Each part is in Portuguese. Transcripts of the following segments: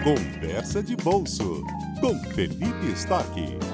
Conversa de Bolso, com Felipe Stock.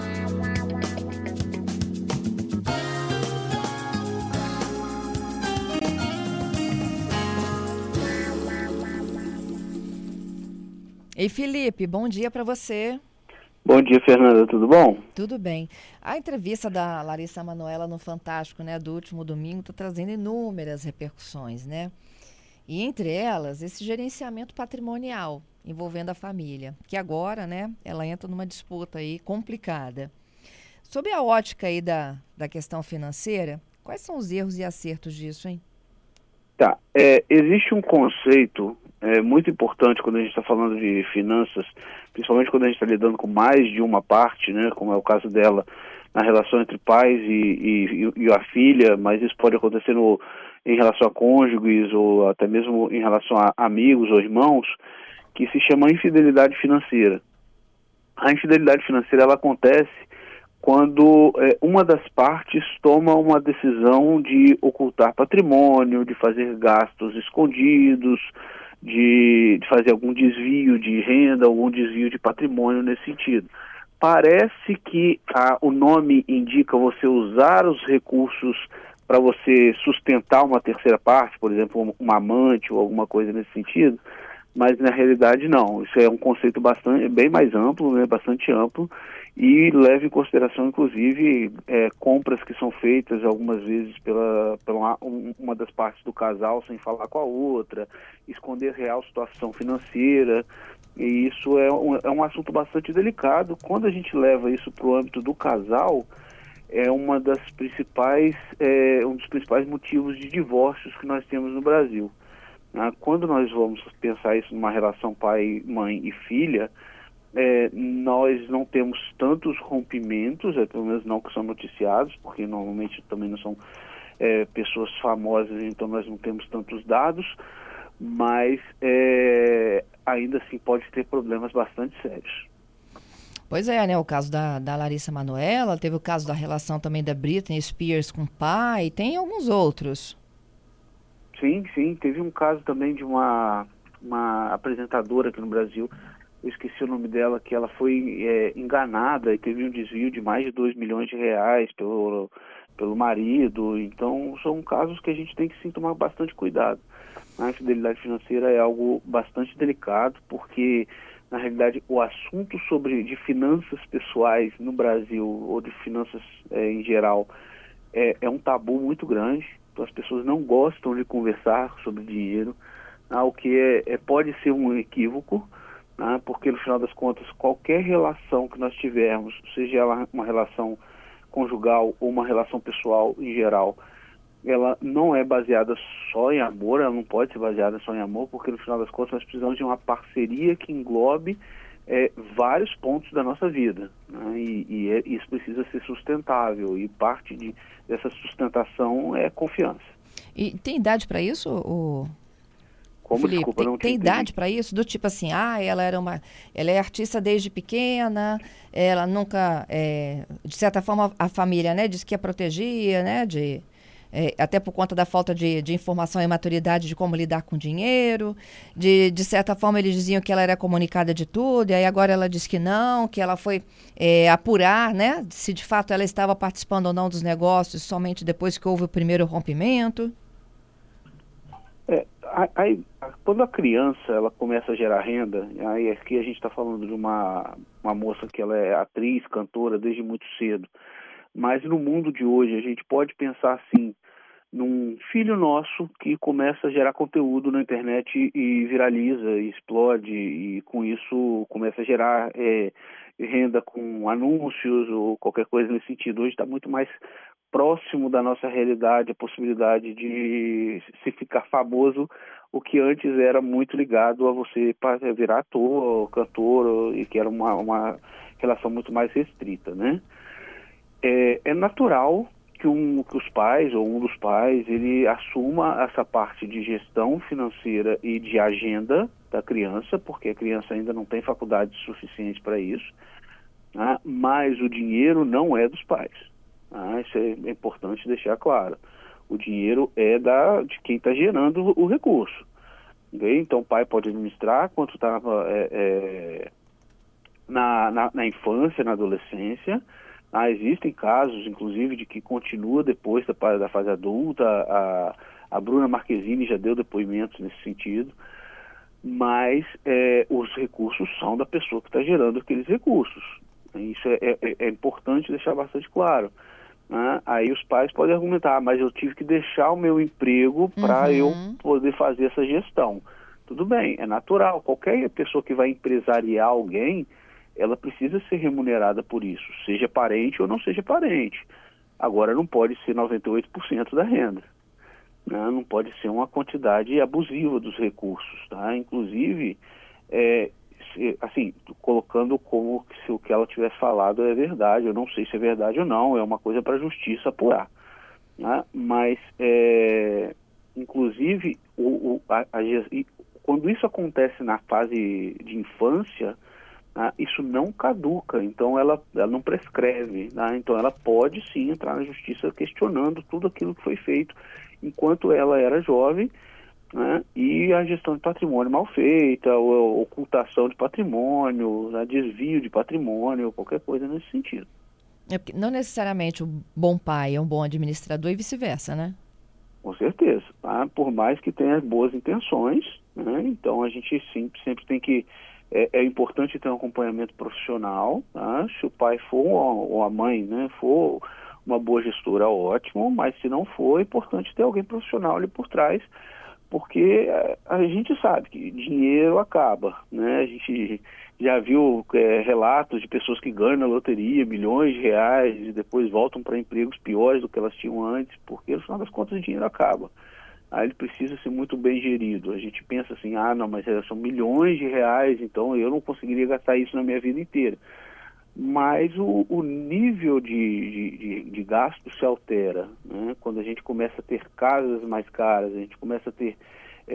Ei, Felipe, bom dia para você. Bom dia, Fernanda, tudo bom? Tudo bem. A entrevista da Larissa Manoela no Fantástico, né, do último domingo, está trazendo inúmeras repercussões, né? E entre elas, esse gerenciamento patrimonial envolvendo a família, que agora, né, ela entra numa disputa aí complicada. Sob a ótica aí da questão financeira, quais são os erros e acertos disso, hein? Tá, existe um conceito muito importante quando a gente está falando de finanças, principalmente quando a gente está lidando com mais de uma parte, né, como é o caso dela, na relação entre pais e a filha, mas isso pode acontecer em relação a cônjuges ou até mesmo em relação a amigos ou irmãos, que se chama infidelidade financeira. A infidelidade financeira ela acontece quando uma das partes toma uma decisão de ocultar patrimônio, de fazer gastos escondidos, de fazer algum desvio de renda, algum desvio de patrimônio nesse sentido. Parece que o nome indica você usar os recursos para você sustentar uma terceira parte, por exemplo, um amante ou alguma coisa nesse sentido, mas na realidade não. Isso é um conceito bem mais amplo, né, bastante amplo, e leva em consideração, inclusive, compras que são feitas algumas vezes pela uma das partes do casal sem falar com a outra, esconder real situação financeira, e isso é um assunto bastante delicado. Quando a gente leva isso para o âmbito do casal, é um dos principais motivos de divórcios que nós temos no Brasil. Quando nós vamos pensar isso numa relação pai, mãe e filha, nós não temos tantos rompimentos, pelo menos não que são noticiados, porque normalmente também não são pessoas famosas, então nós não temos tantos dados, mas ainda assim pode ter problemas bastante sérios. Pois é, né? O caso da Larissa Manoela, teve o caso da relação também da Britney Spears com o pai, tem alguns outros. Sim, teve um caso também de uma apresentadora aqui no Brasil, eu esqueci o nome dela, que ela foi enganada e teve um desvio de mais de 2 milhões de reais pelo marido. Então, são casos que a gente tem que sim tomar bastante cuidado. A infidelidade financeira é algo bastante delicado, porque, na realidade, o assunto de finanças pessoais no Brasil, ou de finanças em geral, é um tabu muito grande. Então, as pessoas não gostam de conversar sobre dinheiro, o que pode ser um equívoco, porque no final das contas qualquer relação que nós tivermos, seja ela uma relação conjugal ou uma relação pessoal em geral, ela não é baseada só em amor, ela não pode ser baseada só em amor, porque no final das contas nós precisamos de uma parceria que englobe vários pontos da nossa vida, né? E isso precisa ser sustentável, e parte dessa sustentação é confiança. E tem idade para isso, Como? Felipe, Desculpa, não te tem entendi. idade para isso? Do tipo assim, ela é artista desde pequena, ela nunca, de certa forma, a família, né, disse que a protegia, né, até por conta da falta de informação e maturidade de como lidar com dinheiro. De certa forma, eles diziam que ela era comunicada de tudo, e aí agora ela diz que não, que ela foi apurar, né, se de fato ela estava participando ou não dos negócios somente depois que houve o primeiro rompimento. Quando a criança ela começa a gerar renda, aí aqui a gente está falando de uma moça que ela é atriz, cantora desde muito cedo, mas no mundo de hoje a gente pode pensar assim, num filho nosso que começa a gerar conteúdo na internet e viraliza, e explode, e com isso começa a gerar renda com anúncios ou qualquer coisa nesse sentido. Hoje está muito mais próximo da nossa realidade a possibilidade de se ficar famoso, o que antes era muito ligado a você virar ator ou cantor, e que era uma relação muito mais restrita, né? É natural que os pais, ou um dos pais, ele assuma essa parte de gestão financeira e de agenda da criança, porque a criança ainda não tem faculdade suficiente para isso, né? Mas o dinheiro não é dos pais. Isso é importante deixar claro. O dinheiro é de quem está gerando o recurso. ok? Então o pai pode administrar quanto está na infância, na adolescência. Existem casos, inclusive, de que continua depois da fase adulta. A Bruna Marquezine já deu depoimentos nesse sentido, mas os recursos são da pessoa que está gerando aqueles recursos. Isso é importante deixar bastante claro. Né? Aí os pais podem argumentar, mas eu tive que deixar o meu emprego para eu poder fazer essa gestão. Tudo bem, é natural. Qualquer pessoa que vai empresariar alguém, ela precisa ser remunerada por isso, seja parente ou não seja parente. Agora, não pode ser 98% da renda. Né? Não pode ser uma quantidade abusiva dos recursos. Tá? Inclusive, assim, colocando como se o que ela tivesse falado é verdade. Eu não sei se é verdade ou não, é uma coisa para a justiça apurar. Né? Mas, inclusive, quando isso acontece na fase de infância, isso não caduca, então ela não prescreve, né? Então ela pode sim entrar na justiça questionando tudo aquilo que foi feito enquanto ela era jovem, né? E a gestão de patrimônio mal feita, ou ocultação de patrimônio, né? Desvio de patrimônio, qualquer coisa nesse sentido. Porque não necessariamente o bom pai é um bom administrador e vice-versa, né? Com certeza, tá? Por mais que tenha boas intenções, né? Então a gente sempre tem que... É importante ter um acompanhamento profissional, tá? Se o pai for, ou a mãe, né, for uma boa gestora, ótimo, mas se não for, é importante ter alguém profissional ali por trás, porque a gente sabe que dinheiro acaba, né? A gente já viu relatos de pessoas que ganham na loteria milhões de reais e depois voltam para empregos piores do que elas tinham antes, porque no final das contas o dinheiro acaba. Aí ele precisa ser muito bem gerido. A gente pensa assim, não, mas são milhões de reais, então eu não conseguiria gastar isso na minha vida inteira. Mas o nível de gasto se altera, né? Quando a gente começa a ter casas mais caras, a gente começa a ter,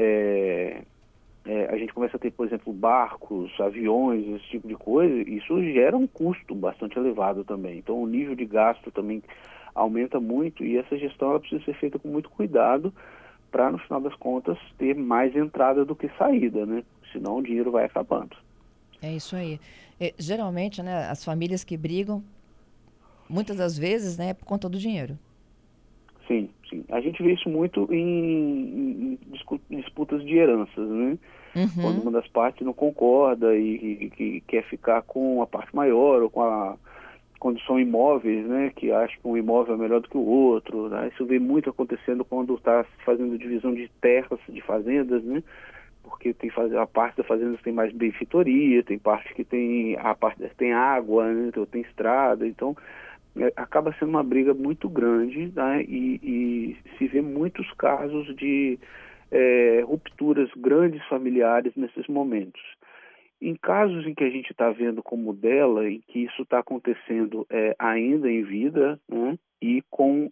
por exemplo, barcos, aviões, esse tipo de coisa, isso gera um custo bastante elevado também. Então o nível de gasto também aumenta muito e essa gestão ela precisa ser feita com muito cuidado, para, no final das contas, ter mais entrada do que saída, né? Senão o dinheiro vai acabando. É isso aí. Geralmente, né, as famílias que brigam, muitas das vezes, né, é por conta do dinheiro. Sim, sim. A gente vê isso muito em disputas de heranças, né? Quando uma das partes não concorda e quer ficar com a parte maior ou quando são imóveis, né, que acham que um imóvel é melhor do que o outro, né? Isso vem muito acontecendo quando está se fazendo divisão de terras, de fazendas, né? Porque a parte da fazenda tem mais benfeitoria, tem parte que tem água, né? Então, tem estrada, então acaba sendo uma briga muito grande, né? E se vê muitos casos de rupturas grandes familiares nesses momentos. Em casos em que a gente está vendo como o dela, em que isso está acontecendo ainda em vida, né, e com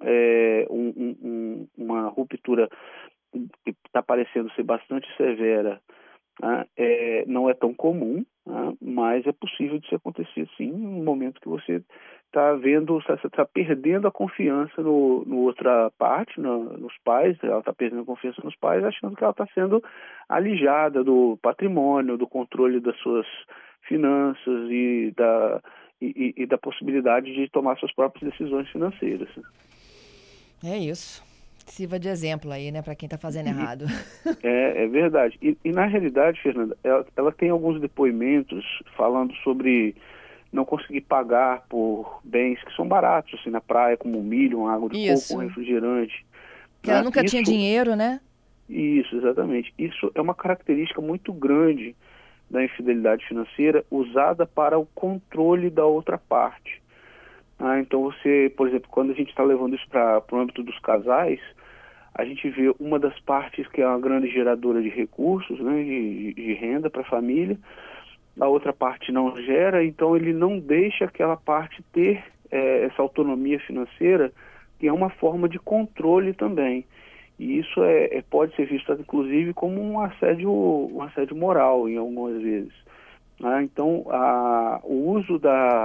uma ruptura que está parecendo ser bastante severa, né, não é tão comum, né, mas é possível de se acontecer sim, no momento que você está vendo, você está perdendo a confiança no outra parte, nos pais, ela está perdendo a confiança nos pais, achando que ela está sendo alijada do patrimônio, do controle das suas finanças e da possibilidade de tomar suas próprias decisões financeiras. É isso. Sirva de exemplo aí, né, para quem está fazendo errado. É verdade. E na realidade, Fernanda, ela tem alguns depoimentos falando sobre não conseguir pagar por bens que são baratos, assim, na praia, como milho, uma água de coco, um refrigerante. Que ela nunca tinha dinheiro, né? Isso, exatamente. Isso é uma característica muito grande da infidelidade financeira usada para o controle da outra parte. Então você, por exemplo, quando a gente está levando isso para o âmbito dos casais, a gente vê uma das partes que é uma grande geradora de recursos, né, de renda para a família, a outra parte não gera, então ele não deixa aquela parte ter essa autonomia financeira, que é uma forma de controle também. E isso pode ser visto, inclusive, como um assédio moral, em algumas vezes. Então, o uso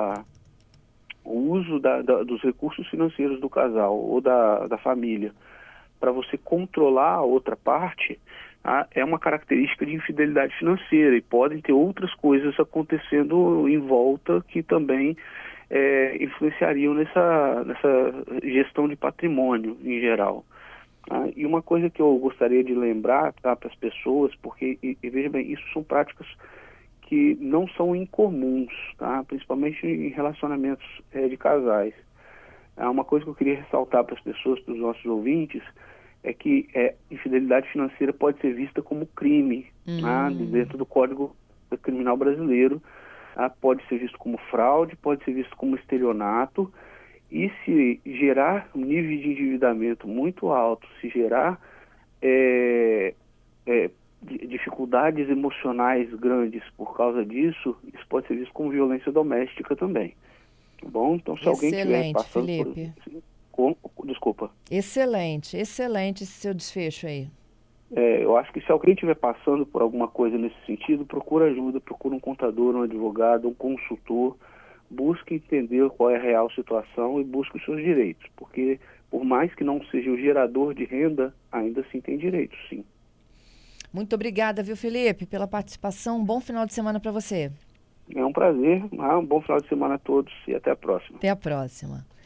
dos recursos financeiros do casal ou da família para você controlar a outra parte é uma característica de infidelidade financeira e podem ter outras coisas acontecendo em volta que também influenciariam nessa gestão de patrimônio em geral. E uma coisa que eu gostaria de lembrar, tá, para as pessoas, porque, veja bem, isso são práticas que não são incomuns, tá, principalmente em relacionamentos de casais. Uma coisa que eu queria ressaltar para as pessoas, para os nossos ouvintes, é que infidelidade financeira pode ser vista como crime, tá, dentro do Código Criminal Brasileiro. Pode ser visto como fraude, pode ser visto como estelionato, e se gerar um nível de endividamento muito alto, se gerar dificuldades emocionais grandes por causa disso, isso pode ser visto como violência doméstica também. Tá bom? Então, se alguém estiver passando Felipe. Desculpa. Excelente esse seu desfecho aí. Eu acho que se alguém estiver passando por alguma coisa nesse sentido, procura ajuda, procura um contador, um advogado, um consultor, busque entender qual é a real situação e busque os seus direitos, porque por mais que não seja o gerador de renda, ainda assim tem direitos, sim. Muito obrigada, viu, Felipe, pela participação. Um bom final de semana para você. É um prazer, um bom final de semana a todos e até a próxima. Até a próxima.